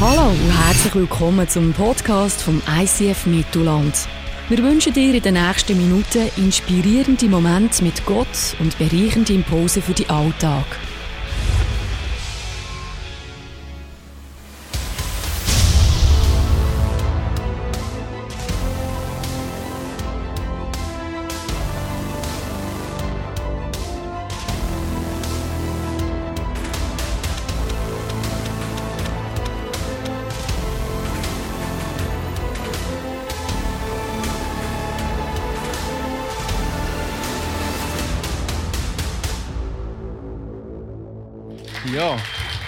Hallo und herzlich willkommen zum Podcast vom ICF Mittelland. Wir wünschen dir in den nächsten Minuten inspirierende Momente mit Gott und bereichernde Impulse für den Alltag. Ja.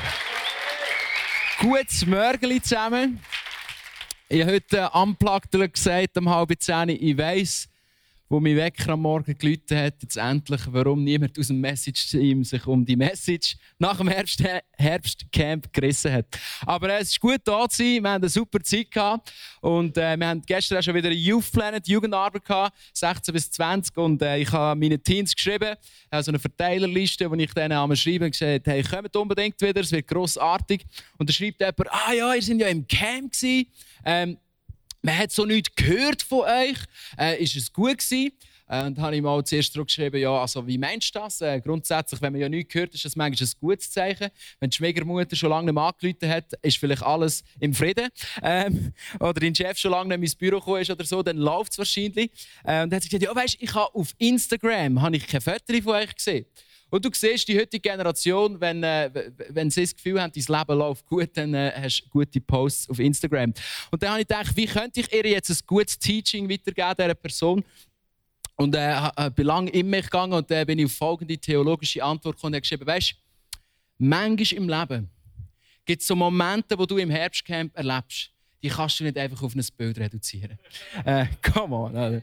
Gutes Morgen zusammen. Ich habe heute Unplugged gesagt, um 9:30. Ich weiss, wo mein Wecker am Morgen geläutet hat, jetzt endlich, warum niemand aus dem Message-Team sich um die Message nach dem Herbstcamp gerissen hat. Aber es ist gut, da zu sein. Wir haben eine super Zeit gehabt. Und wir haben gestern auch schon wieder eine Youth Planet Jugendarbeit gehabt, 16 bis 20. Und ich habe meinen Teens geschrieben, also eine Verteilerliste, wo ich denen einmal schreibe und gesagt habe, hey, kommt unbedingt wieder, es wird grossartig. Und dann schreibt jemand, ja, ihr seid ja im Camp gewesen. Man hat so nichts gehört von euch. Ist es gut gewesen? Und dann habe ich mal zuerst zurückgeschrieben, ja, also wie meinst du das? Grundsätzlich, wenn man ja nichts hört, ist das manchmal ein gutes Zeichen. Wenn die Schwiegermutter schon lange nicht mehr angerufen hat, ist vielleicht alles im Frieden. Oder dein Chef schon lange nicht mehr ins Büro gekommen ist oder so, dann läuft es wahrscheinlich. Und dann hat sie gesagt, ja, weißt, ich habe auf Instagram keine Fotos von euch gesehen. Und du siehst, die heutige Generation, wenn sie das Gefühl haben, dein Leben läuft gut, dann hast du gute Posts auf Instagram. Und dann habe ich gedacht, wie könnte ich ihr jetzt ein gutes Teaching weitergeben, dieser Person? Und bin lange in mich gegangen und bin ich auf folgende theologische Antwort gekommen und habe geschrieben, weisst, manchmal im Leben gibt es so Momente, wo du im Herbstcamp erlebst, die kannst du nicht einfach auf ein Bild reduzieren. Come on.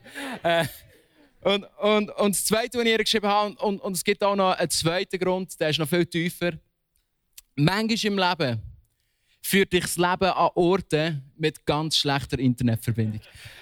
Und das Zweite, was ich ihr geschrieben habe, und es gibt auch noch einen zweiten Grund, der ist noch viel tiefer. Manchmal im Leben führt dich das Leben an Orte mit ganz schlechter Internetverbindung.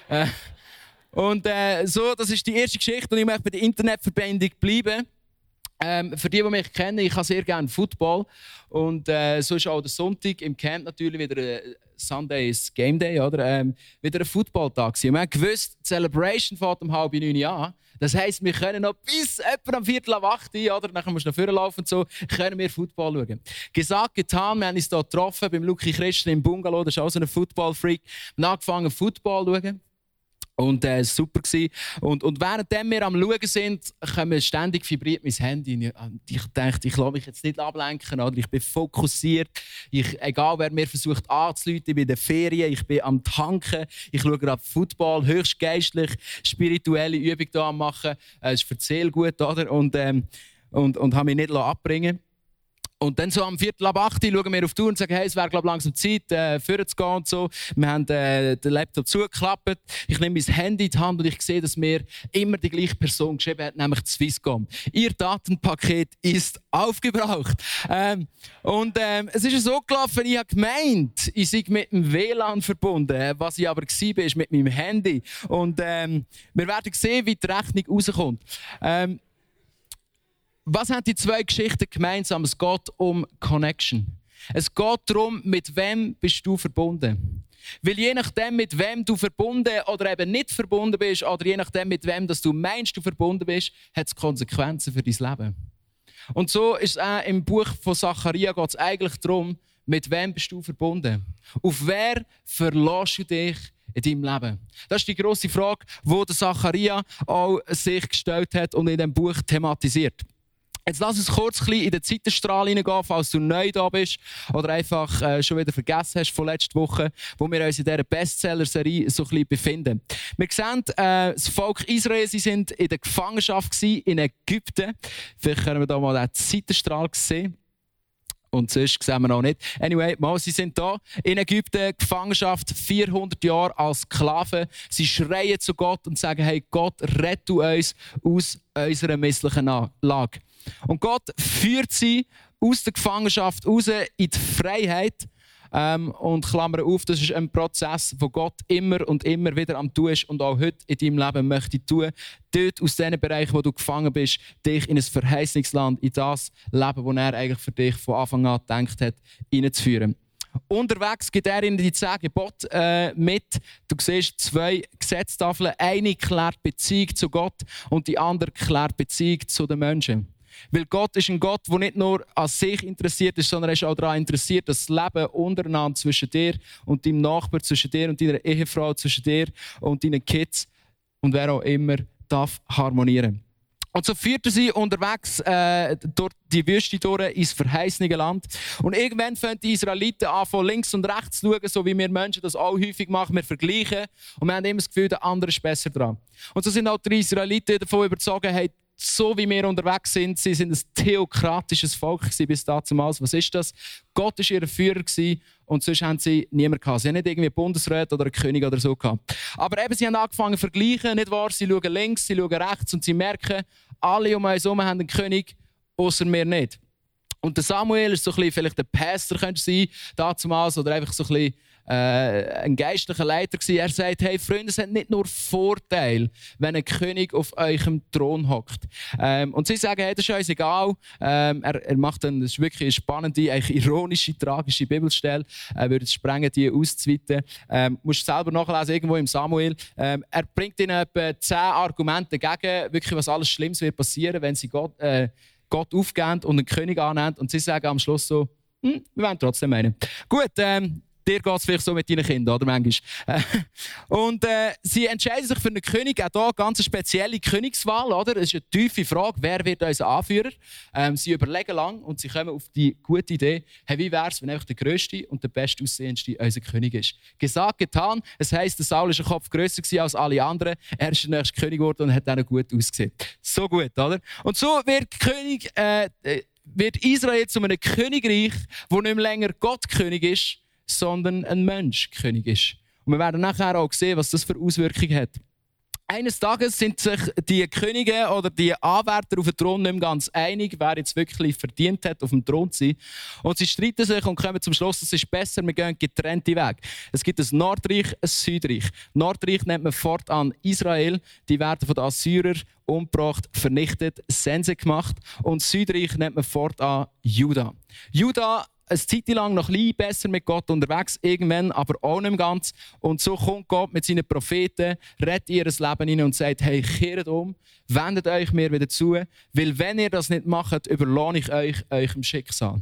So, das ist die erste Geschichte und ich möchte bei der Internetverbindung bleiben. Für die mich kennen, ich habe sehr gerne Football. Und so ist auch der Sonntag im Camp natürlich wieder Sunday ist Game Day, oder? Wieder ein Footballtag. Wir haben gewusst, die Celebration fängt um 8:30 an. Das heisst, wir können noch bis etwa am 7:45, oder? Dann musst du noch vorlaufen und so, können wir Football schauen. Gesagt, getan, wir haben uns hier getroffen beim Luki Christen im Bungalow, das ist auch so ein Football-Freak. Wir haben angefangen, Football zu schauen. Und es war super. Und während wir am Schauen sind, ständig vibriert mein Handy. Ich dachte, ich lasse mich jetzt nicht ablenken. Oder? Ich bin fokussiert. Egal, wer mir versucht anzurufen, ich bin in den Ferien, ich bin am Tanken. Ich schaue gerade Football, höchst geistlich, spirituelle Übung hier am machen. Es ist für die Seele gut, oder? Und habe mich nicht abbringen lassen. Und dann so am 7:45 schauen wir auf die Uhr und sagen, hey, es wäre langsam Zeit, vorzugehen und so. Wir haben den Laptop zugeklappt. Ich nehme mein Handy in die Hand und ich sehe, dass mir immer die gleiche Person geschrieben hat, nämlich Swisscom. Ihr Datenpaket ist aufgebraucht. Es ist so gelaufen, ich habe gemeint, ich sei mit dem WLAN verbunden. Was ich aber war, ist mit meinem Handy. Und wir werden sehen, wie die Rechnung rauskommt. Was haben die zwei Geschichten gemeinsam? Es geht um Connection. Es geht darum, mit wem bist du verbunden. Weil je nachdem, mit wem du verbunden oder eben nicht verbunden bist, oder je nachdem, mit wem dass du meinst, du verbunden bist, hat es Konsequenzen für dein Leben. Und so ist es auch im Buch von Zachariah geht es eigentlich darum, mit wem bist du verbunden. Auf wer verlässt du dich in deinem Leben? Das ist die grosse Frage, die der Zachariah auch sich gestellt hat und in diesem Buch thematisiert. Jetzt lass uns kurz ein bisschen in den Zeitstrahl hineingehen, falls du neu da bist oder einfach schon wieder vergessen hast von letzter Woche, wo wir uns in dieser Bestseller-Serie so ein bisschen befinden. Wir sehen, das Volk Israel, sie sind in der Gefangenschaft in Ägypten. Vielleicht können wir da mal den Zeitstrahl sehen. Und sonst sehen wir noch nicht. Anyway, sie sind da in Ägypten, Gefangenschaft, 400 Jahre als Sklaven. Sie schreien zu Gott und sagen, hey Gott, rette uns aus unserer misslichen Lage. Und Gott führt sie aus der Gefangenschaft raus in die Freiheit. Und Klammer auf, das ist ein Prozess, den Gott immer und immer wieder am tun ist und auch heute in deinem Leben möchte tun. Dort aus den Bereichen, wo du gefangen bist, dich in ein Verheißungsland, in das Leben, das er eigentlich für dich von Anfang an gedacht hat, hineinzuführen. Unterwegs gibt er ihnen die 10 Gebote mit. Du siehst 2 Gesetztafeln. Eine klärt Beziehung zu Gott und die andere klärt Beziehung zu den Menschen. Weil Gott ist ein Gott, der nicht nur an sich interessiert ist, sondern er ist auch daran interessiert, dass das Leben untereinander zwischen dir und deinem Nachbarn, zwischen dir und deiner Ehefrau, zwischen dir und deinen Kids und wer auch immer darf harmonieren. Und so führte sie unterwegs durch die Wüste durch ins verheißene Land. Und irgendwann fangen die Israeliten an, von links und rechts zu schauen, so wie wir Menschen das auch häufig machen. Wir vergleichen und wir haben immer das Gefühl, der andere ist besser dran. Und so sind auch die Israeliten davon überzeugt, hey, so wie wir unterwegs sind, sie sind ein theokratisches Volk bis damals. Was ist das? Gott war ihr Führer und sonst haben sie niemanden gehabt. Sie haben nicht irgendwie einen Bundesrat oder einen König oder so gehabt. Aber eben, sie haben angefangen zu vergleichen, nicht wahr? Sie schauen links, sie schauen rechts und sie merken, alle um uns herum haben einen König, außer wir nicht. Und der Samuel ist so ein bisschen, vielleicht der Pastor könnte sein, damals, oder einfach so ein bisschen ein geistlicher Leiter gewesen. Er sagt, hey Freunde, es hat nicht nur Vorteil, wenn ein König auf eurem Thron hockt. Und sie sagen, hey, das ist uns egal. Er macht dann, das ist wirklich eine spannende, eigentlich ironische, tragische Bibelstelle. Er würde es sprengen, die auszuweiten. Musst du selber nachlesen, irgendwo im Samuel. Er bringt ihnen etwa 10 Argumente dagegen, wirklich, was alles Schlimmes wird passieren, wenn sie Gott aufgeben und einen König annehmen. Und sie sagen am Schluss so, wir wollen trotzdem einen. Gut, dir geht es vielleicht so mit deinen Kindern, oder? Manchmal. Und sie entscheiden sich für einen König, auch hier eine ganz spezielle Königswahl, oder? Es ist eine tiefe Frage, wer wird unser Anführer? Sie überlegen lang und sie kommen auf die gute Idee, hey, wie wäre es, wenn einfach der Grösste und der Bestaussehendste unser König ist? Gesagt, getan. Es heisst, der Saul war ein Kopf grösser als alle anderen. Er ist der nächste König geworden und hat auch noch gut ausgesehen. So gut, oder? Und so wird Israel zu einem Königreich, wo nicht mehr länger Gott König ist, sondern ein Mensch König ist. Und wir werden nachher auch sehen, was das für Auswirkungen hat. Eines Tages sind sich die Könige oder die Anwärter auf den Thron nicht mehr ganz einig, wer jetzt wirklich verdient hat, auf dem Thron zu sein. Und sie streiten sich und kommen zum Schluss, es ist besser, wir gehen getrennte Wege. Es gibt ein Nordreich, ein Südreich. Nordreich nennt man fortan Israel. Die werden von den Assyrern umgebracht, vernichtet, Sense gemacht. Und Südreich nennt man fortan Juda. Juda eine Zeit lang noch ein bisschen besser mit Gott unterwegs, irgendwann aber auch nicht ganz. Und so kommt Gott mit seinen Propheten, rettet ihr Leben hinein und sagt, hey, kehrt um, wendet euch mir wieder zu, weil wenn ihr das nicht macht, überlasse ich euch eurem Schicksal.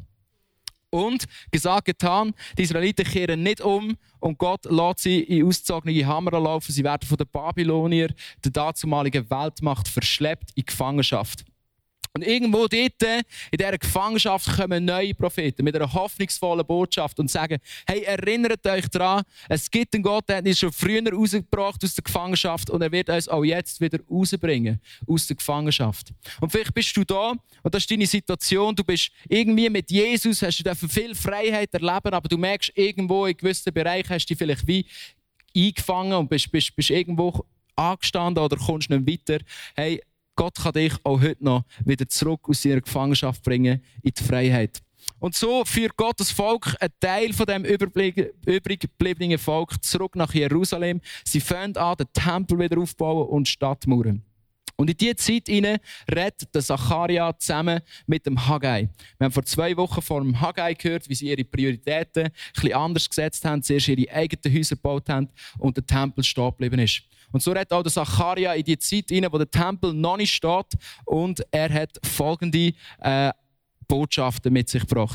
Und, gesagt, getan, die Israeliten kehren nicht um und Gott lässt sie in ausgezogene Hammer laufen. Sie werden von den Babyloniern, der dazumaligen Weltmacht, verschleppt in Gefangenschaft. Und irgendwo dort, in dieser Gefangenschaft, kommen neue Propheten mit einer hoffnungsvollen Botschaft und sagen, hey, erinnert euch daran, es gibt einen Gott, der hat uns schon früher rausgebracht aus der Gefangenschaft und er wird uns auch jetzt wieder rausbringen aus der Gefangenschaft. Und vielleicht bist du da und das ist deine Situation, du bist irgendwie mit Jesus, hast du viel Freiheit erleben, aber du merkst irgendwo in gewissen Bereichen, hast du dich vielleicht wie eingefangen und bist irgendwo angestanden oder kommst nicht weiter. Hey, Gott kann dich auch heute noch wieder zurück aus ihrer Gefangenschaft bringen in die Freiheit. Und so führt Gott das Volk, einen Teil von dem übrig gebliebenen Volk, zurück nach Jerusalem. Sie fangen an, den Tempel wieder aufzubauen und Stadtmauern. Und in dieser Zeit redet der Zacharia zusammen mit dem Haggai. Wir haben vor 2 Wochen vor dem Haggai gehört, wie sie ihre Prioritäten ein bisschen anders gesetzt haben, zuerst ihre eigenen Häuser gebaut haben und der Tempel stehen geblieben ist. Und so redet auch der Zacharia in die Zeit hinein, wo der Tempel noch nicht steht und er hat folgende Botschaften mit sich gebracht.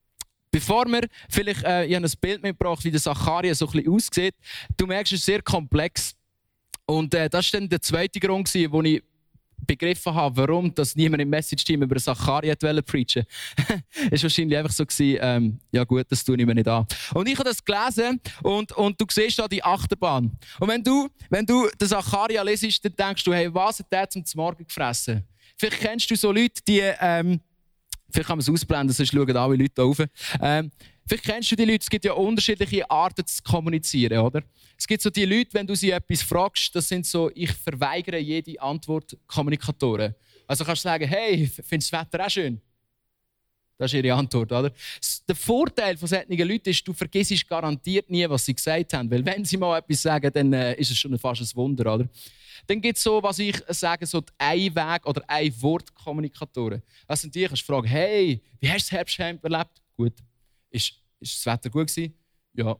Bevor wir vielleicht, ich habe ein Bild mitgebracht, wie der Zacharia so ein bisschen aussieht. Du merkst, es ist sehr komplex. Und das war dann der zweite Grund, wo ich begriffen habe, warum dass niemand im Message-Team über Zacharia preachen wollte. Es war wahrscheinlich einfach so, ja gut, das tue ich mir nicht an. Und ich habe das gelesen und du siehst da die Achterbahn. Und wenn du den Zacharia lesest, dann denkst du, hey, was hat der zum Morgen gefressen? Vielleicht kennst du so Leute, die, vielleicht kann man es ausblenden, sonst schauen alle Leute da rauf. Vielleicht kennst du die Leute, es gibt ja unterschiedliche Arten zu kommunizieren, oder? Es gibt so die Leute, wenn du sie etwas fragst, das sind so, ich verweigere jede Antwort Kommunikatoren. Also kannst du sagen, hey, findest du das Wetter auch schön? Das ist ihre Antwort, oder? Der Vorteil von solchen Leuten ist, du vergisst garantiert nie, was sie gesagt haben. Weil wenn sie mal etwas sagen, dann ist es schon fast ein Wunder, oder? Dann gibt es so, was ich sage, so die Einweg- oder Ein-Wort-Kommunikatoren. Das sind die, kannst du fragen, hey, wie hast du das Herbstcamp erlebt? Gut. Ist Ist das Wetter gut gewesen? Ja.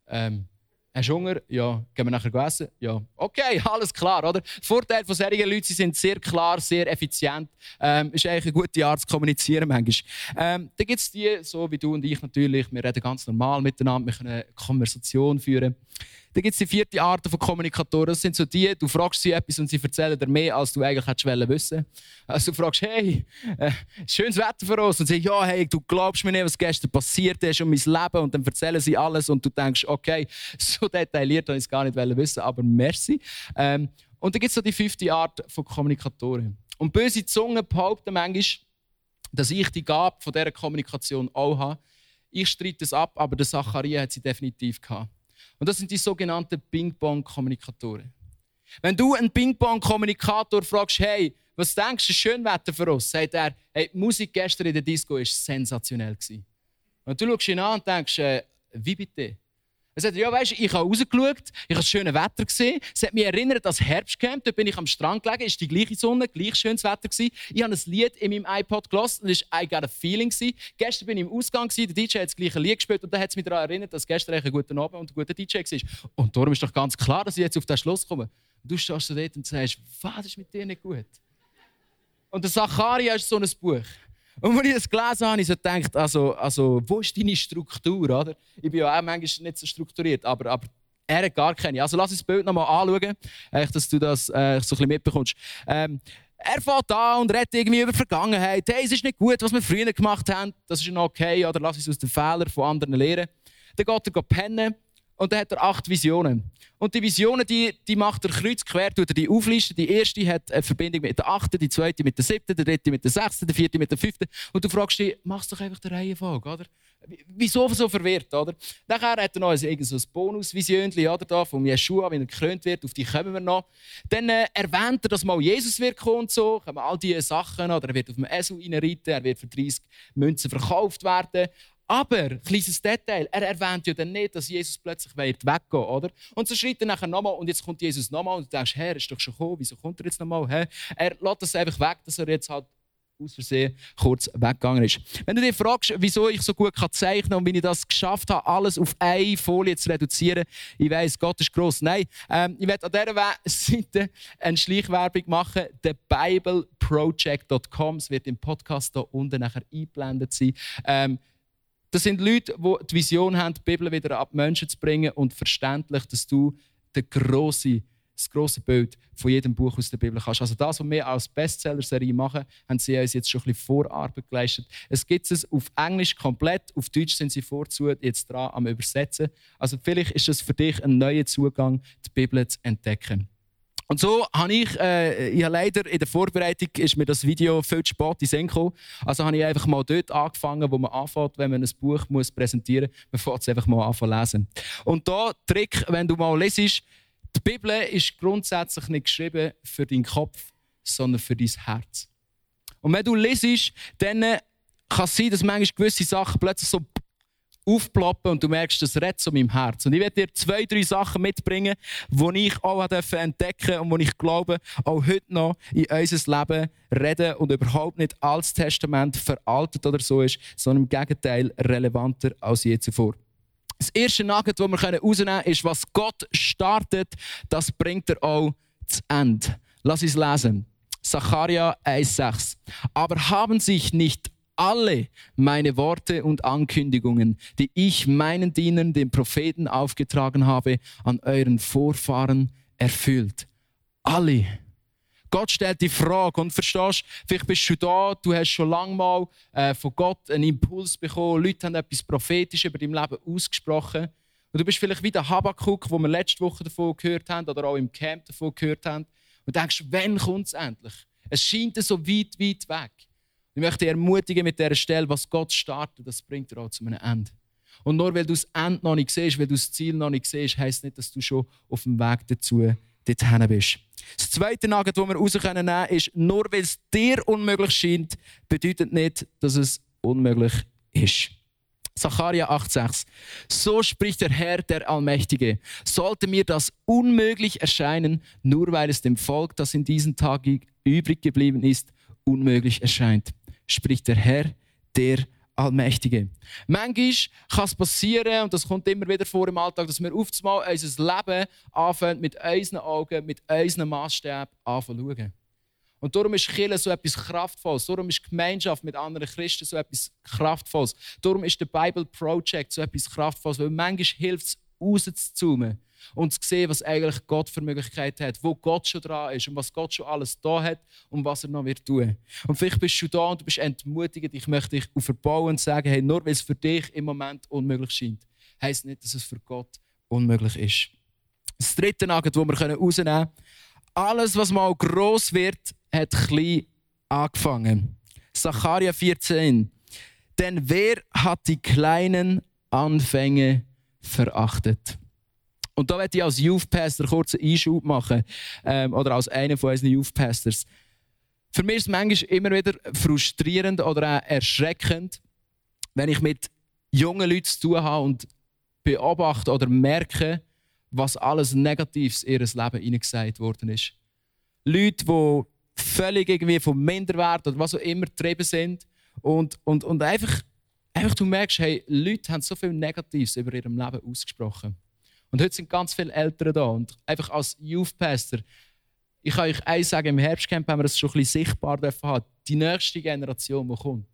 Hast du Hunger? Ja. Gehen wir nachher essen? Ja. Okay, alles klar, oder? Der Vorteil von solchen Leuten, sie sind sehr klar, sehr effizient. Ist eigentlich eine gute Art zu kommunizieren manchmal. Dann gibt es die, so wie du und ich natürlich, wir reden ganz normal miteinander, wir können eine Konversation führen. Dann gibt es die vierte Art von Kommunikatoren. Das sind so die, du fragst sie etwas und sie erzählen dir mehr, als du eigentlich hättest wissen wollen. Also du fragst, hey, schönes Wetter für uns. Und sie sagen, ja, hey, du glaubst mir nicht, was gestern passiert ist und mein Leben. Und dann erzählen sie alles und du denkst, okay, so detailliert habe ich es gar nicht wissen, aber merci. Und dann gibt es so die fünfte Art von Kommunikatoren. Und böse Zungen behaupten manchmal, dass ich die Gabe von dieser Kommunikation auch habe. Ich streite das ab, aber der Zacharia hat sie definitiv gehabt. Und das sind die sogenannten Ping-Pong-Kommunikatoren. Wenn du einen Ping-Pong-Kommunikator fragst, hey, was denkst du, schön Wetter für uns? Sagt er, hey, die Musik gestern in der Disco war sensationell. Und du schaust ihn an und denkst, wie bitte? Er sagt, ja, weißt du, ich habe rausgeschaut, ich habe das schöne Wetter gesehen. Es hat mich erinnert, dass Herbst kam. Dort bin ich am Strand gelegen, es war die gleiche Sonne, gleich schönes Wetter. Ich habe ein Lied in meinem iPod gehört und es war «I Got a Feeling». Gestern bin ich im Ausgang, der DJ hat das gleiche Lied gespielt und dann hat es mich daran erinnert, dass gestern ein guter Abend und ein guter DJ war. Und darum ist doch ganz klar, dass ich jetzt auf den Schluss komme. Und du stehst so dort und sagst, was ist mit dir nicht gut? Und der Zacharia ist so ein Buch. Und als ich das gelesen habe, habe ich so gedacht, also, wo ist deine Struktur? Oder? Ich bin ja auch manchmal nicht so strukturiert, aber er hat gar keine. Also lass uns das Bild noch mal anschauen, dass du das so ein bisschen mitbekommst. Er fährt an und redet irgendwie über die Vergangenheit. Hey, es ist nicht gut, was wir früher gemacht haben. Das ist noch okay, oder lass uns aus den Fehlern von anderen lernen. Dann geht er pennen und dann hat er 8 Visionen. Und die Visionen, die macht er kreuz quer, tut er die auflisten. Die erste hat eine Verbindung mit der 8., die zweite mit der 7., die dritte mit der 6., die vierte mit der 5. Und du fragst dich, machst doch einfach die Reihenfolge, oder? Wieso so verwirrt, oder? Nachher hat er noch so ein Bonusvisionchen, oder, da, von Jeschua, wie er gekrönt wird, auf die kommen wir noch. Dann erwähnt er, dass mal Jesus wird kommen und so, kommen all diese Sachen, oder er wird auf dem Esel reinreiten, er wird für 30 Münzen verkauft werden. Aber, kleines Detail, er erwähnt ja dann nicht, dass Jesus plötzlich weggehen will, oder? Und so schreibt er nachher nochmal und jetzt kommt Jesus nochmal und du denkst, er ist doch schon gekommen, wieso kommt er jetzt nochmal? Er lässt das einfach weg, dass er jetzt halt aus Versehen kurz weggegangen ist. Wenn du dich fragst, wieso ich so gut zeichnen kann und wie ich das geschafft habe, alles auf eine Folie zu reduzieren, ich weiss, Gott ist gross. Nein, ich werde an dieser Seite eine Schleichwerbung machen, thebibleproject.com. Es wird im Podcast hier unten nachher eingeblendet sein. Das sind Leute, die die Vision haben, die Bibel wieder an die Menschen zu bringen und verständlich, dass du das grosse Bild von jedem Buch aus der Bibel kannst. Also das, was wir als Bestseller-Serie machen, haben sie uns jetzt schon ein bisschen Vorarbeit geleistet. Es gibt es auf Englisch komplett, auf Deutsch sind sie vorzu jetzt dran am Übersetzen. Also vielleicht ist das für dich ein neuer Zugang, die Bibel zu entdecken. Und so habe ich leider in der Vorbereitung ist mir das Video viel zu spät in den Sinn gekommen. Also habe ich einfach mal dort angefangen, wo man anfängt, wenn man ein Buch muss präsentieren muss. Man fängt es einfach mal an zu lesen. Und da Trick, wenn du mal lesest, die Bibel ist grundsätzlich nicht geschrieben für deinen Kopf, sondern für dein Herz. Und wenn du lesest, dann kann es sein, dass manchmal gewisse Sachen plötzlich so aufploppen und du merkst, das redet so meinem Herz. Und ich werde dir 2, 3 Sachen mitbringen, die ich auch entdecken durfte und die ich glaube, auch heute noch in unser Leben reden und überhaupt nicht als Testament veraltet oder so ist, sondern im Gegenteil relevanter als je zuvor. Das erste Nugget, das wir herausnehmen können, ist, was Gott startet, das bringt er auch zu Ende. Lass uns lesen. Zacharia 1,6. Aber haben sich nicht alle meine Worte und Ankündigungen, die ich meinen Dienern, den Propheten, aufgetragen habe, an euren Vorfahren erfüllt? Alle. Gott stellt die Frage und verstehst, vielleicht bist du da, du hast schon lange mal von Gott einen Impuls bekommen, Leute haben etwas Prophetisches über dein Leben ausgesprochen und du bist vielleicht wie der Habakuk, wo wir letzte Woche davon gehört haben oder auch im Camp davon gehört haben und denkst, wann kommt es endlich? Es scheint so weit, weit weg. Ich möchte dich ermutigen mit dieser Stelle, was Gott startet, das bringt er auch zu einem Ende. Und nur weil du das Ende noch nicht siehst, weil du das Ziel noch nicht siehst, heisst nicht, dass du schon auf dem Weg dazu dorthin bist. Das zweite Nugget, das wir raus nehmen können, ist, nur weil es dir unmöglich scheint, bedeutet nicht, dass es unmöglich ist. Zacharia 8,6. So spricht der Herr, der Allmächtige. Sollte mir das unmöglich erscheinen, nur weil es dem Volk, das in diesen Tagen übrig geblieben ist, unmöglich erscheint, spricht der Herr, der Allmächtige. Manchmal kann es passieren, und das kommt immer wieder vor im Alltag, dass wir auf einmal unser Leben anfangen, mit unseren Augen, mit unseren Maßstäben anfangen. Und darum ist Kirche so etwas Kraftvolles. Darum ist Gemeinschaft mit anderen Christen so etwas Kraftvolles. Darum ist der Bible Project so etwas Kraftvolles. Weil manchmal hilft es, rauszuzoomen und zu sehen, was eigentlich Gott für Möglichkeiten hat, wo Gott schon dran ist und was Gott schon alles da hat und was er noch wird tun. Und vielleicht bist du da und du bist entmutigend. Ich möchte dich verbauen und sagen, hey, nur weil es für dich im Moment unmöglich scheint, heisst nicht, dass es für Gott unmöglich ist. Das dritte Nugget, das wir rausnehmen können: alles, was mal gross wird, hat klein angefangen. Sacharja 14. Denn wer hat die kleinen Anfänge verachtet? Und da möchte ich als Youth Pastor kurz einen Einschub machen. Oder als einer von unseren Youth Pastors. Für mich ist es manchmal immer wieder frustrierend oder auch erschreckend, wenn ich mit jungen Leuten zu tun habe und beobachte oder merke, was alles Negatives in ihr Leben hineingesagt worden ist. Leute, die völlig irgendwie vom Minderwert oder was auch immer getrieben sind. Und einfach du merkst, hey, Leute haben so viel Negatives über ihrem Leben ausgesprochen. Und heute sind ganz viele Eltern da. Und einfach als Youth Pastor, ich kann euch eins sagen, im Herbstcamp haben wir das schon ein bisschen sichtbar haben. Die nächste Generation, die kommt,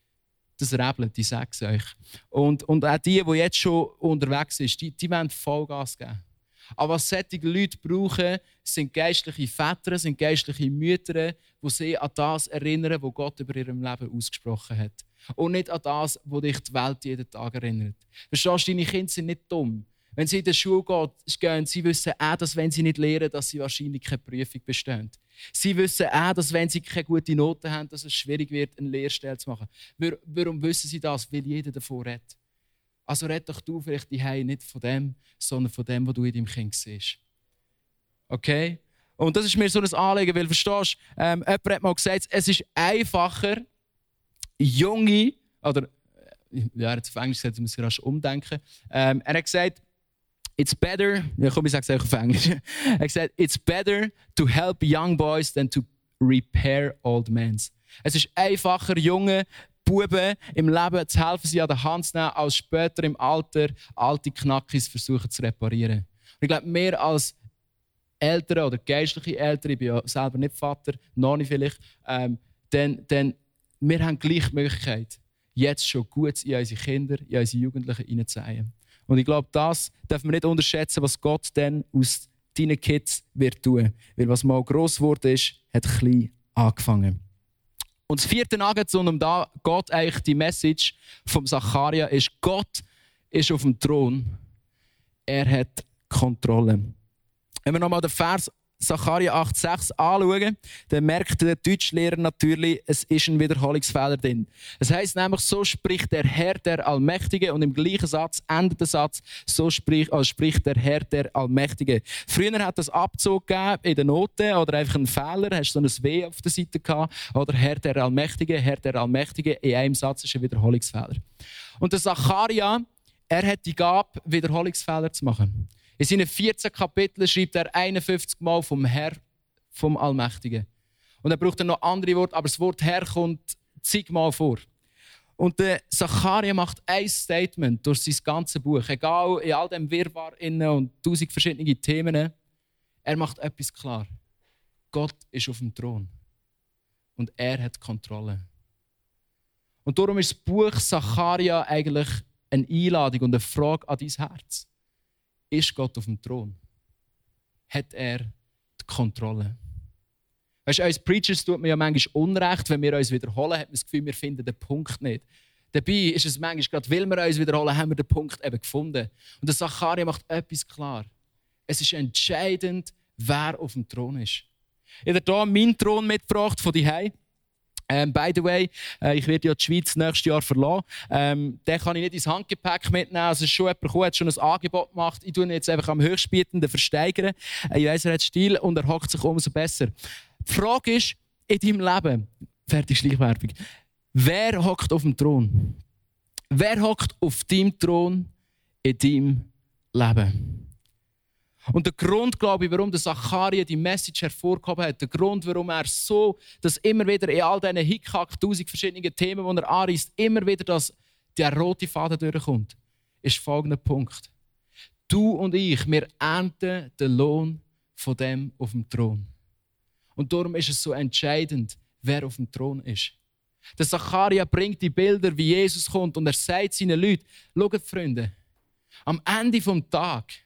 das rebelt, ich sage es euch. Und auch die jetzt schon unterwegs ist, die wollen Vollgas geben. Aber was solche Leute brauchen, sind geistliche Väter, sind geistliche Mütter, die sie an das erinnern, was Gott über ihrem Leben ausgesprochen hat. Und nicht an das, was dich die Welt jeden Tag erinnert. Verstehst du, deine Kinder sind nicht dumm. Wenn sie in die Schule gehen, sie wissen auch, dass wenn sie nicht lernen, dass sie wahrscheinlich keine Prüfung bestehen. Sie wissen auch, dass wenn sie keine guten Noten haben, dass es schwierig wird, eine Lehrstelle zu machen. Warum wissen sie das? Weil jeder davon redet. Also red doch du vielleicht die Hause nicht von dem, sondern von dem, was du in deinem Kind siehst. Okay? Und das ist mir so ein Anliegen, weil, verstehst du, jemand hat mal gesagt, es ist einfacher, junge, oder, ja, er hat auf Englisch gesagt, ich muss rasch umdenken. Er hat gesagt, it's better, ja komm, ich sage es auch auf Englisch. Er hat gesagt, it's better to help young boys than to repair old men. Es ist einfacher, junge Buben im Leben zu helfen, sie an der Hand zu nehmen, als später im Alter alte Knackis versuchen zu reparieren. Und ich glaube, mehr als Eltern oder geistliche Eltern, ich bin ja selber nicht Vater, noch nicht vielleicht, denn wir haben gleich die Möglichkeit, jetzt schon Gutes in unsere Kinder, in unsere Jugendlichen hineinzusehen. Und ich glaube, das dürfen wir nicht unterschätzen, was Gott dann aus deinen Kids wird tun. Weil was mal gross geworden ist, hat klein angefangen. Und das vierte Nugget, und um da geht eigentlich die Message vom Sacharja, ist: Gott ist auf dem Thron. Er hat Kontrolle. Wenn wir nochmal den Vers Sacharja 8,6 anschauen, dann merkt der Deutschlehrer natürlich, es ist ein Wiederholungsfehler drin. Es heisst nämlich, so spricht der Herr, der Allmächtige, und im gleichen Satz endet der Satz, so spricht der Herr, der Allmächtige. Früher hat es Abzug gegeben in den Noten oder einfach einen Fehler, hast so ein W auf der Seite gehabt, oder Herr, der Allmächtige, Herr, der Allmächtige, in einem Satz ist ein Wiederholungsfehler. Und der Sacharja, er hat die Gabe, Wiederholungsfehler zu machen. In seinen 14 Kapiteln schreibt er 51 Mal vom Herr, vom Allmächtigen. Und er braucht dann noch andere Worte, aber das Wort Herr kommt zigmal vor. Und der Sacharja macht ein Statement durch sein ganzes Buch, egal in all dem Wirrwarr und 1000 verschiedene Themen. Er macht etwas klar. Gott ist auf dem Thron. Und er hat Kontrolle. Und darum ist das Buch Sacharja eigentlich eine Einladung und eine Frage an dein Herz. Ist Gott auf dem Thron? Hat er die Kontrolle? Weißt du, als Preachers tut man ja manchmal Unrecht, wenn wir uns wiederholen, hat man das Gefühl, wir finden den Punkt nicht. Dabei ist es manchmal, gerade weil wir uns wiederholen, haben wir den Punkt eben gefunden. Und der Sacharja macht etwas klar. Es ist entscheidend, wer auf dem Thron ist. Ich habe hier meinen Thron mitgebracht von daheim. By the way, ich werde ja die Schweiz nächstes Jahr verlassen. Den kann ich nicht ins Handgepäck mitnehmen. Also ist schon jemand gekommen, hat schon ein Angebot gemacht. Ich tue ihn jetzt einfach am Höchstbietenden versteigern. Ich weiss, er hat Stil und er hockt sich umso besser. Die Frage ist, in deinem Leben, fertig Schleichwerbung, wer hockt auf dem Thron? Wer hockt auf deinem Thron in deinem Leben? Und der Grund, glaube ich, warum der Zacharia die Message hervorgehoben hat, der Grund, warum er so, dass immer wieder in all diesen Hickhack, 1000 verschiedenen Themen, die er anreißt, immer wieder der rote Faden durchkommt, ist folgender Punkt. Du und ich, wir ernten den Lohn von dem auf dem Thron. Und darum ist es so entscheidend, wer auf dem Thron ist. Der Zacharia bringt die Bilder, wie Jesus kommt, und er sagt seinen Leuten, schaut, Freunde, am Ende des Tages,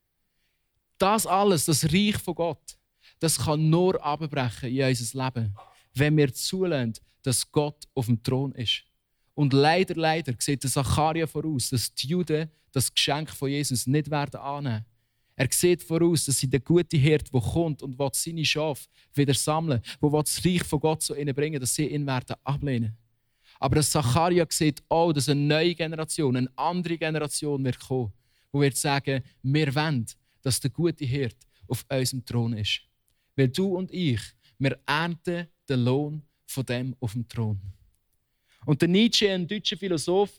das alles, das Reich von Gott, das kann nur abbrechen in unser Leben, wenn wir zulassen, dass Gott auf dem Thron ist. Und leider sieht der Zacharia voraus, dass die Juden das Geschenk von Jesus nicht werden annehmen. Er sieht voraus, dass sie der gute Hirt, der kommt und will seine Schafe wieder sammeln, der das Reich von Gott zu ihnen bringen, dass sie ihn werden ablehnen. Aber der Zacharia sieht auch, dass eine neue Generation, eine andere Generation wird kommen, die wird sagen, wir wollen, dass der gute Hirt auf unserem Thron ist. Weil du und ich, wir ernten den Lohn von dem auf dem Thron. Und der Nietzsche, ein deutscher Philosoph,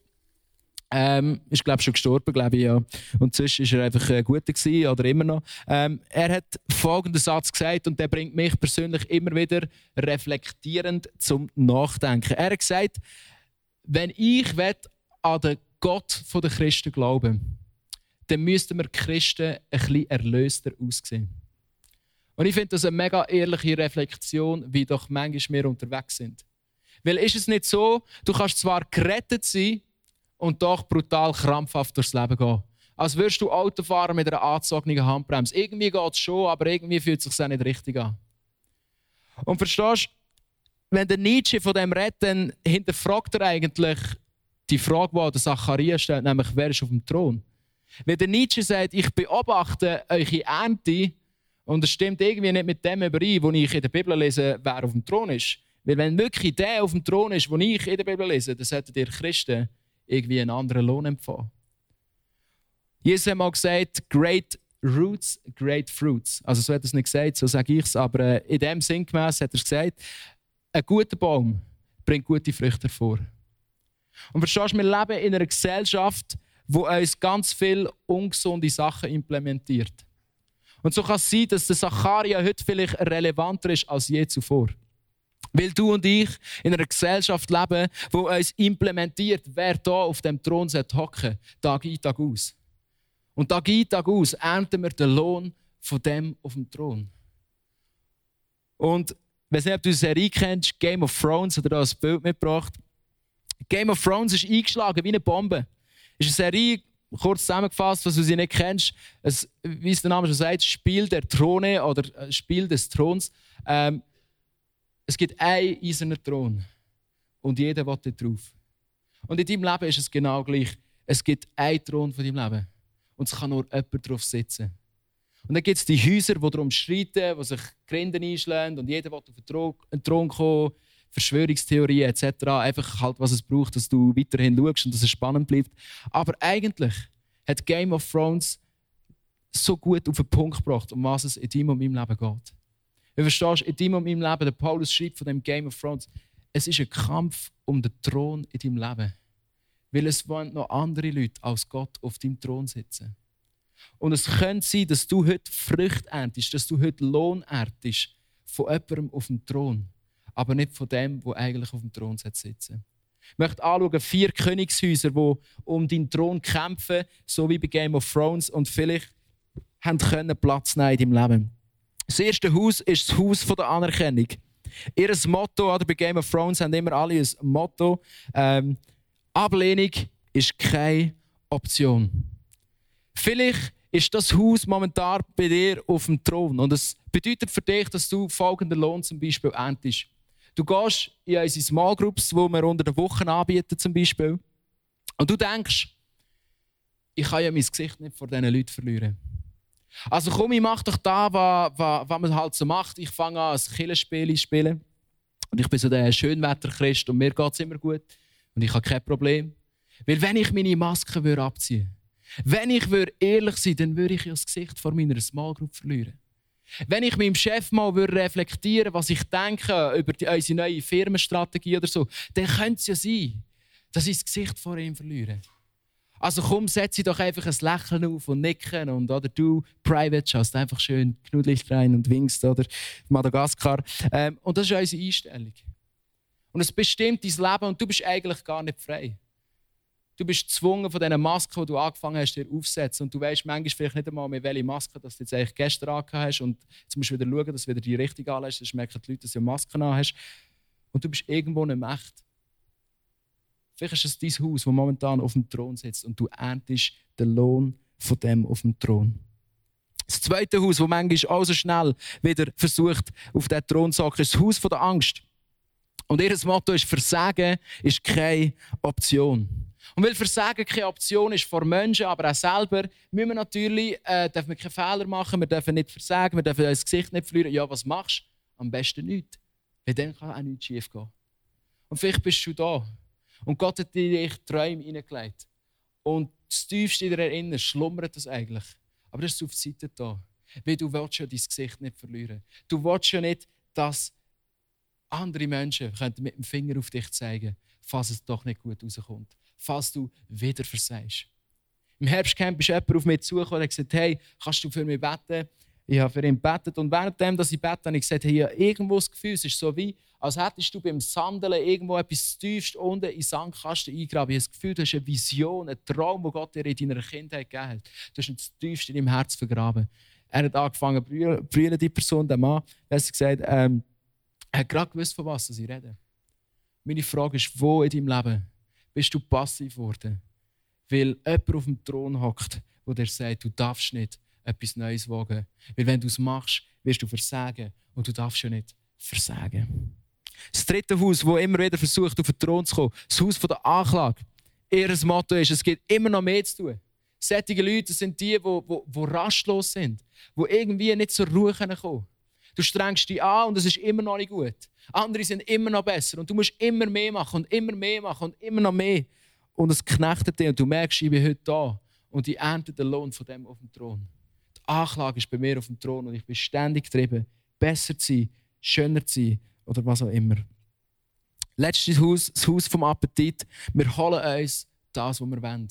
ist glaube schon gestorben, glaube ich, ja. Und sonst war er einfach ein guter gewesen, oder immer noch. Er hat folgenden Satz gesagt, und der bringt mich persönlich immer wieder reflektierend zum Nachdenken. Er hat gesagt, wenn ich an den Gott der Christen glauben, dann müssten wir Christen ein bisschen erlöster aussehen. Und ich finde das eine mega ehrliche Reflexion, wie doch manchmal wir unterwegs sind. Weil ist es nicht so, du kannst zwar gerettet sein und doch brutal krampfhaft durchs Leben gehen. Als würdest du Auto fahren mit einer angezogenen Handbremse. Irgendwie geht es schon, aber irgendwie fühlt es sich auch nicht richtig an. Und verstehst du, wenn der Nietzsche von dem redet, dann hinterfragt er eigentlich die Frage, die der Zacharia stellt, nämlich wer ist auf dem Thron? Wenn der Nietzsche sagt, ich beobachte eure Ernte und es stimmt irgendwie nicht mit dem überein, was ich in der Bibel lese, wer auf dem Thron ist. Weil wenn wirklich der auf dem Thron ist, den ich in der Bibel lese, dann sollten ihr Christen irgendwie einen anderen Lohn empfangen. Jesus hat mal gesagt, great roots, great fruits. Also so hat er es nicht gesagt, so sage ich es, aber in dem Sinn gemäss hat er es gesagt, ein guter Baum bringt gute Früchte hervor. Und verstehst du, wir leben in einer Gesellschaft, die uns ganz viele ungesunde Sachen implementiert. Und so kann es sein, dass der Zacharia heute vielleicht relevanter ist als je zuvor. Weil du und ich in einer Gesellschaft leben, die uns implementiert, wer hier auf dem Thron hocken sollte, Tag ein, Tag aus. Und Tag ein, Tag aus ernten wir den Lohn von dem auf dem Thron. Und ich weiß nicht, ob du die Serie kennst, Game of Thrones, oder da ein Bild mitgebracht. Game of Thrones ist eingeschlagen wie eine Bombe. Es ist eine Serie, kurz zusammengefasst, was du sie nicht kennst. Wie es der Name schon sagt, Spiel der Throne oder Spiel des Throns. Es gibt einen eisernen Thron und jeder will dort drauf. Und in deinem Leben ist es genau gleich. Es gibt einen Thron von deinem Leben und es kann nur jemand drauf sitzen. Und dann gibt es die Häuser, die darum streiten, die sich Grinden einschlagen und jeder will auf den Thron kommen, Verschwörungstheorien etc. Einfach halt, was es braucht, dass du weiterhin schaust und dass es spannend bleibt. Aber eigentlich hat Game of Thrones so gut auf den Punkt gebracht, um was es in deinem und meinem Leben geht. Du verstehst, in deinem und meinem Leben, der Paulus schreibt von dem Game of Thrones, es ist ein Kampf um den Thron in deinem Leben. Weil es wollen noch andere Leute als Gott auf deinem Thron sitzen. Und es könnte sein, dass du heute Früchte erntest, dass du heute Lohn erntest von jemandem auf dem Thron, aber nicht von dem, der eigentlich auf dem Thron sitzen. Ich möchte anschauen, 4 Königshäuser, die um deinen Thron kämpfen, so wie bei Game of Thrones, und vielleicht können Platz nehmen in deinem Leben. Das erste Haus ist das Haus der Anerkennung. Ihr Motto, oder bei Game of Thrones haben immer alle ein Motto. Ablehnung ist keine Option. Vielleicht ist das Haus momentan bei dir auf dem Thron. Und es bedeutet für dich, dass du folgenden Lohn zum Beispiel erntest. Du gehst in unsere Small Groups, die wir unter der Woche anbieten zum Beispiel. Und du denkst, ich kann ja mein Gesicht nicht vor diesen Leuten verlieren. Also komm, ich mach doch da, was man halt so macht. Ich fange an, ein Killenspiel zu spielen. Und ich bin so der Schönwetterchrist und mir geht es immer gut. Und ich habe kein Problem. Weil wenn ich meine Maske abziehen würde, wenn ich ehrlich sein würde, dann würde ich das Gesicht vor meiner Small Group verlieren. Wenn ich meinem Chef mal reflektieren würde, was ich denke über unsere neue Firmenstrategie oder so, dann könnte es ja sein, dass ich das Gesicht vor ihm verliere. Also komm, setze doch einfach ein Lächeln auf und nicken oder du, Private, schaust einfach schön Knudlicht rein und winkst, oder Madagaskar. Und das ist unsere Einstellung. Und es bestimmt dein Leben und du bist eigentlich gar nicht frei. Du bist gezwungen von diesen Masken, die du angefangen hast, dir aufzusetzen. Und du weißt manchmal vielleicht nicht einmal mehr, welche Maske dass du jetzt eigentlich gestern angehabt hast. Und jetzt musst du wieder schauen, dass du wieder die richtige anlegst. Sonst merken die Leute, dass du Masken an hast. Und du bist irgendwo nicht Macht. Vielleicht ist es dein Haus, das momentan auf dem Thron sitzt und du erntest den Lohn von dem auf dem Thron. Das zweite Haus, das manchmal auch so schnell wieder versucht, auf diesen Thron zu hocken, ist das Haus der Angst. Und ihr Motto ist, Versagen ist keine Option. Und weil Versagen keine Option ist vor Menschen, aber auch selber, müssen wir natürlich dürfen wir keine Fehler machen, wir dürfen nicht versagen, wir dürfen das Gesicht nicht verlieren. Ja, was machst du? Am besten nichts. Weil dann kann auch nichts schief gehen. Und vielleicht bist du da. Und Gott hat dir Träume hineingelegt. Und das Tiefste in dir erinnern, schlummert das eigentlich. Aber das ist auf die Seite da. Weil du willst ja dein Gesicht nicht verlieren. Du willst ja nicht, dass andere Menschen mit dem Finger auf dich zeigen, falls es doch nicht gut rauskommt. Falls du wieder versagst. Im Herbstcamp ist jemand auf mich zugekommen und hat gesagt, hey, kannst du für mich beten? Ich habe für ihn gebetet und währenddem, dass ich bete, habe ich gesagt, hey, ich habe irgendwo das Gefühl, es ist so wie, als hättest du beim Sandeln irgendwo etwas tiefst unten in den Sandkasten eingraben. Ich habe das Gefühl, du hast eine Vision, einen Traum, den Gott dir in deiner Kindheit gegeben hat. Du hast ihn das tiefst in deinem Herz vergraben. Er hat angefangen zu brüllen, die Person, der Mann. Er hat gesagt, er hat gerade gewusst, von was ich rede. Meine Frage ist, wo in deinem Leben bist du passiv geworden? Weil jemand auf dem Thron hockt, der dir sagt, du darfst nicht etwas Neues wagen. Weil wenn du es machst, wirst du versagen. Und du darfst ja nicht versagen. Das dritte Haus, das immer wieder versucht, auf den Thron zu kommen, das Haus der Anklage. Ihr Motto ist, es gibt immer noch mehr zu tun. Solche Leute sind die rastlos sind, die irgendwie nicht zur Ruhe kommen. Du strengst dich an und es ist immer noch nicht gut. Andere sind immer noch besser und du musst immer mehr machen und immer mehr machen und immer noch mehr. Und es knechtet dich und du merkst, ich bin heute da und ich ernte den Lohn von dem auf dem Thron. Die Anklage ist bei mir auf dem Thron und ich bin ständig getrieben, besser zu sein, schöner zu sein oder was auch immer. Letztes Haus, das Haus vom Appetit. Wir holen uns das, was wir wollen.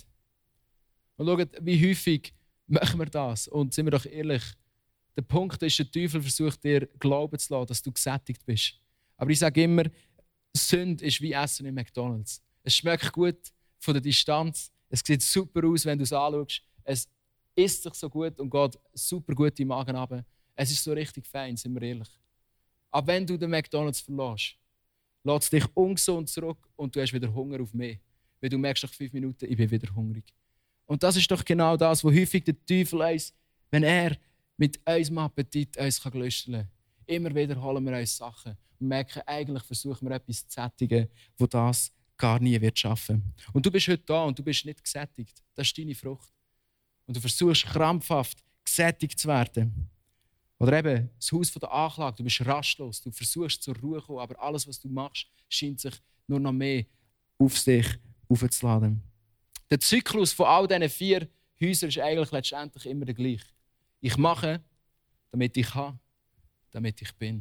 Und schaut, wie häufig machen wir das? Und sind wir doch ehrlich, der Punkt ist, der Teufel versucht dir glauben zu lassen, dass du gesättigt bist. Aber ich sage immer, Sünde ist wie Essen in McDonald's. Es schmeckt gut von der Distanz. Es sieht super aus, wenn du es anschaust. Es isst sich so gut und geht super gut im Magen runter. Es ist so richtig fein, sind wir ehrlich. Aber wenn du den McDonald's verlässt, lässt es dich ungesund zurück und du hast wieder Hunger auf mehr. Weil du merkst nach 5 Minuten, ich bin wieder hungrig. Und das ist doch genau das, wo häufig der Teufel uns, wenn er mit unserem Appetit uns gelösten kann, immer wieder holen wir uns Sachen und merken, eigentlich versuchen wir etwas zu sättigen, wo das gar nie wird schaffen. Und du bist heute da und du bist nicht gesättigt. Das ist deine Frucht. Und du versuchst krampfhaft gesättigt zu werden. Oder eben das Haus der Anklage. Du bist rastlos, du versuchst zur Ruhe zu kommen, aber alles, was du machst, scheint sich nur noch mehr auf dich aufzuladen. Der Zyklus von all diesen 4 Häusern ist eigentlich letztendlich immer der gleiche. Ich mache, damit ich habe, damit ich bin.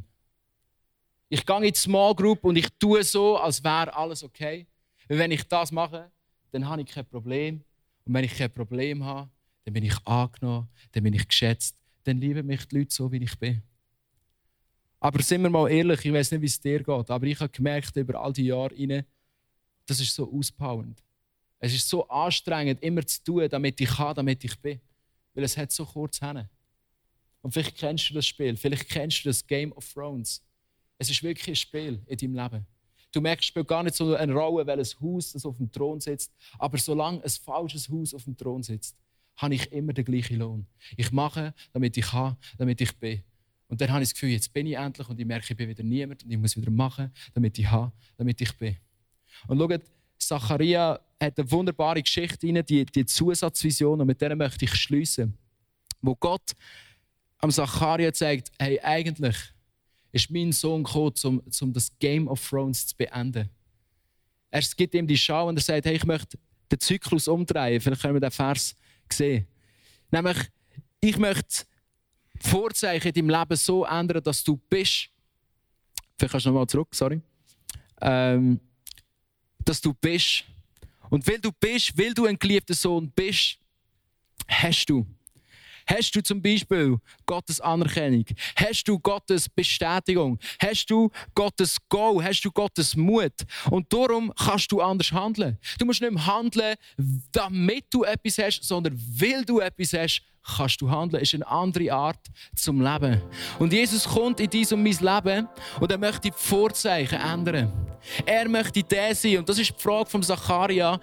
Ich gehe in die Small Group und ich tue so, als wäre alles okay. Weil wenn ich das mache, dann habe ich kein Problem. Und wenn ich kein Problem habe, dann bin ich angenommen, dann bin ich geschätzt, dann lieben mich die Leute so, wie ich bin. Aber sind wir mal ehrlich, ich weiß nicht, wie es dir geht, aber ich habe gemerkt, über all die Jahre hinein, das ist so auspowernd. Es ist so anstrengend, immer zu tun, damit ich kann, damit ich bin. Weil es hat so kurz hin. Und vielleicht kennst du das Spiel, vielleicht kennst du das Game of Thrones. Es ist wirklich ein Spiel in deinem Leben. Du merkst, es spielt gar nicht so eine Rolle, welches Haus das auf dem Thron sitzt. Aber solange ein falsches Haus auf dem Thron sitzt, habe ich immer den gleichen Lohn. Ich mache, damit ich kann, damit ich bin. Und dann habe ich das Gefühl, jetzt bin ich endlich und ich merke, ich bin wieder niemand und ich muss wieder machen, damit ich habe, damit ich bin. Und schaut, Zacharia hat eine wunderbare Geschichte rein, die Zusatzvision, und mit der möchte ich schliessen. Wo Gott am Zacharia zeigt, hey, eigentlich ist mein Sohn gekommen, um das Game of Thrones zu beenden. Er gibt ihm die Schau und er sagt, hey, ich möchte den Zyklus umdrehen. Vielleicht können wir den Vers sehen. Nämlich, ich möchte die Vorzeichen in deinem Leben so ändern, dass du bist. Vielleicht kannst du nochmal zurück, sorry. Dass du bist Und weil du ein geliebter Sohn bist, hast du zum Beispiel Gottes Anerkennung? Hast du Gottes Bestätigung? Hast du Gottes Go? Hast du Gottes Mut? Und darum kannst du anders handeln. Du musst nicht mehr handeln, damit du etwas hast, sondern weil du etwas hast, kannst du handeln. Es ist eine andere Art zum Leben. Und Jesus kommt in dein und mein Leben und er möchte die Vorzeichen ändern. Er möchte der sein. Und das ist die Frage von Zacharia.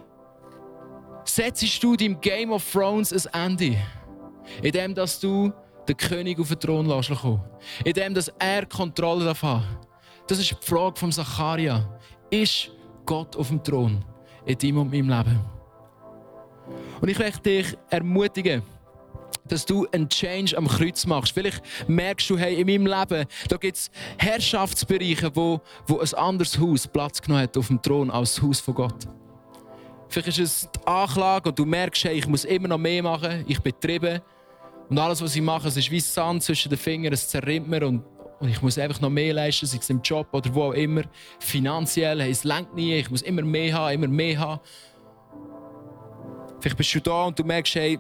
Setzt du deinem Game of Thrones ein Ende? Indem, dass du den König auf den Thron lässt kommen. Indem, dass er Kontrolle davon hat. Das ist die Frage von Zacharia. Ist Gott auf dem Thron in deinem und meinem Leben? Und ich möchte dich ermutigen, dass du einen Change am Kreuz machst. Vielleicht merkst du, hey, in meinem Leben, da gibt es Herrschaftsbereiche, wo ein anderes Haus Platz genommen hat auf dem Thron als das Haus von Gott. Vielleicht ist es die Anklage und du merkst, hey, ich muss immer noch mehr machen, ich bin getrieben. Und alles, was ich mache, es ist wie Sand zwischen den Fingern, es zerrinnt mir und ich muss einfach noch mehr leisten, sei es im Job oder wo auch immer. Finanziell, hey, es reicht nie, ich muss immer mehr haben. Vielleicht bist du da und du merkst, hey,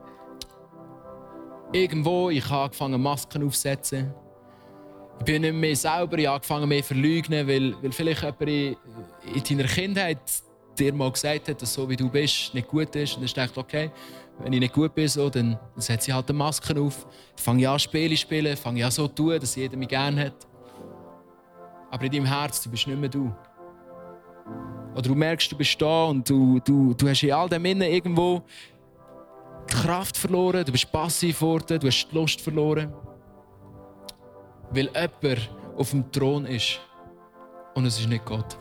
irgendwo, ich habe angefangen, Masken aufzusetzen. Ich bin nicht mehr selber, ich habe angefangen, mehr zu verleugnen, weil vielleicht jemand in deiner Kindheit dir mal gesagt hat, dass so wie du bist nicht gut ist. Und dann denkst du, okay, wenn ich nicht gut bin, so, dann setze ich halt eine Maske auf. Dann fange ich an, Spiele zu spielen, fange ich an, so zu tun, dass jeder mich gerne hat. Aber in deinem Herz, du bist nicht mehr du. Oder du merkst, du bist da und du hast in all dem Innen irgendwo die Kraft verloren, du bist passiv geworden, du hast die Lust verloren. Weil jemand auf dem Thron ist und es ist nicht Gott.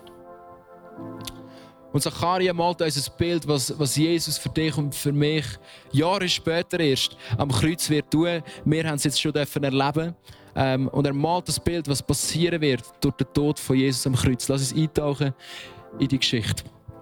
Und Zacharia malt uns ein Bild, was Jesus für dich und für mich Jahre später erst am Kreuz wird tun. Wir haben es jetzt schon erleben. Und er malt das Bild, was passieren wird durch den Tod von Jesus am Kreuz. Lass uns eintauchen in die Geschichte.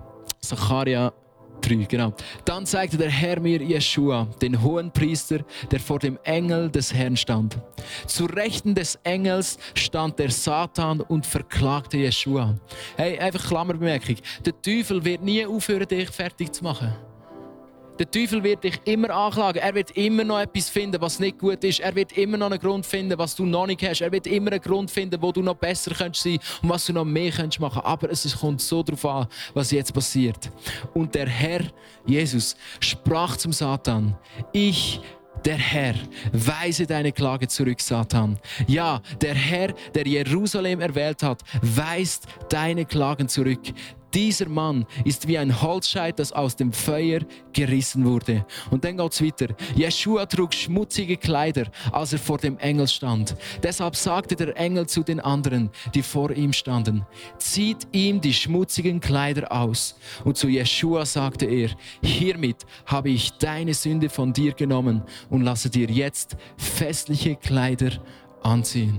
Zacharia 3, genau. Dann zeigte der Herr mir Jeschua, den Hohenpriester, der vor dem Engel des Herrn stand. Zur Rechten des Engels stand der Satan und verklagte Jeschua. Hey, einfach Klammerbemerkung. Der Teufel wird nie aufhören, dich fertig zu machen. Der Teufel wird dich immer anklagen. Er wird immer noch etwas finden, was nicht gut ist. Er wird immer noch einen Grund finden, was du noch nicht hast. Er wird immer einen Grund finden, wo du noch besser sein könntest und was du noch mehr machen könntest. Aber es kommt so darauf an, was jetzt passiert. Und der Herr, Jesus, sprach zum Satan: Ich, der Herr, weise deine Klage zurück, Satan. Ja, der Herr, der Jerusalem erwählt hat, weist deine Klagen zurück. Dieser Mann ist wie ein Holzscheit, das aus dem Feuer gerissen wurde. Und dann geht es weiter. Jeschua trug schmutzige Kleider, als er vor dem Engel stand. Deshalb sagte der Engel zu den anderen, die vor ihm standen: Zieht ihm die schmutzigen Kleider aus. Und zu Jeschua sagte er: Hiermit habe ich deine Sünde von dir genommen und lasse dir jetzt festliche Kleider anziehen.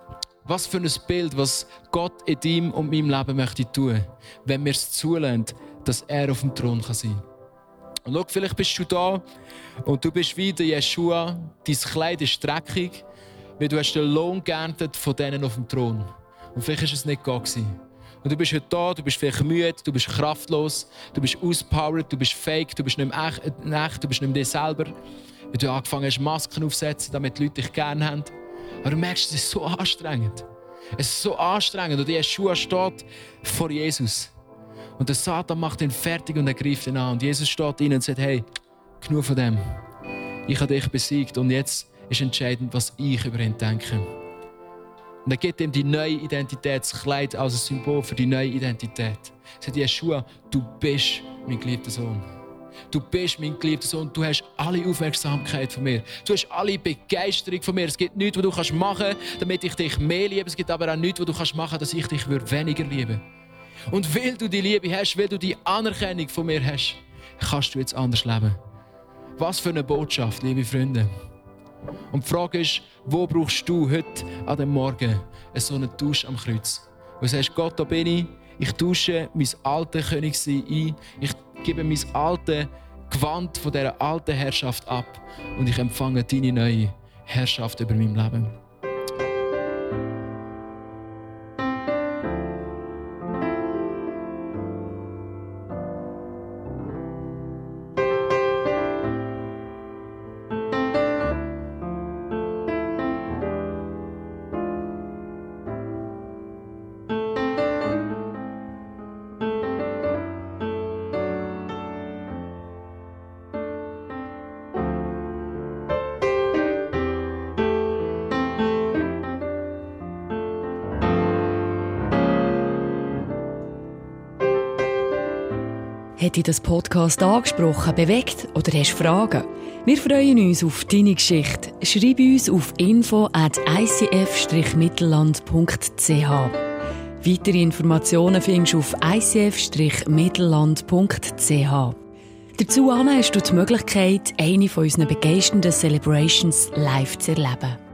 Was für ein Bild, was Gott in deinem und meinem Leben möchte tun, wenn wir es zulassen, dass er auf dem Thron sein kann. Und schau, vielleicht bist du da und du bist wie der Jeschua, dein Kleid ist dreckig, weil du hast den Lohn geerntet von denen auf dem Thron. Und vielleicht war es nicht Gott. Und du bist heute da, du bist vielleicht müde, du bist kraftlos, du bist ausgepowert, du bist fake, du bist nicht mehr echt, du bist nicht mehr dir selber. Weil du angefangen hast, Masken aufzusetzen, damit die Leute dich gerne haben. Aber du merkst, es ist so anstrengend. Es ist so anstrengend. Und Jeschua steht vor Jesus. Und der Satan macht ihn fertig und er greift ihn an. Und Jesus steht rein und sagt: Hey, genug von dem. Ich habe dich besiegt und jetzt ist entscheidend, was ich über ihn denke. Und er gibt ihm die neue Identität, das Kleid als ein Symbol für die neue Identität. Er sagt: Jeschua, du bist mein geliebter Sohn. Du bist mein geliebter Sohn, du hast alle Aufmerksamkeit von mir. Du hast alle Begeisterung von mir. Es gibt nichts, was du machen kannst, damit ich dich mehr liebe. Es gibt aber auch nichts, was du machen kannst, dass ich dich weniger liebe. Und weil du die Liebe hast, weil du die Anerkennung von mir hast, kannst du jetzt anders leben. Was für eine Botschaft, liebe Freunde. Und die Frage ist, wo brauchst du heute an dem Morgen so einen Tausch am Kreuz? Wo du sagst: Gott, da bin ich tausche mein altes Königsein ein, ich gebe mein altes Gewand von dieser alten Herrschaft ab und ich empfange deine neue Herrschaft über mein Leben. Hat dich das Podcast angesprochen, bewegt oder hast Fragen? Wir freuen uns auf deine Geschichte. Schreib uns auf info@icf-mittelland.ch. Weitere Informationen findest du auf icf-mittelland.ch. Dazu hast du die Möglichkeit, eine von unseren begeisternden Celebrations live zu erleben.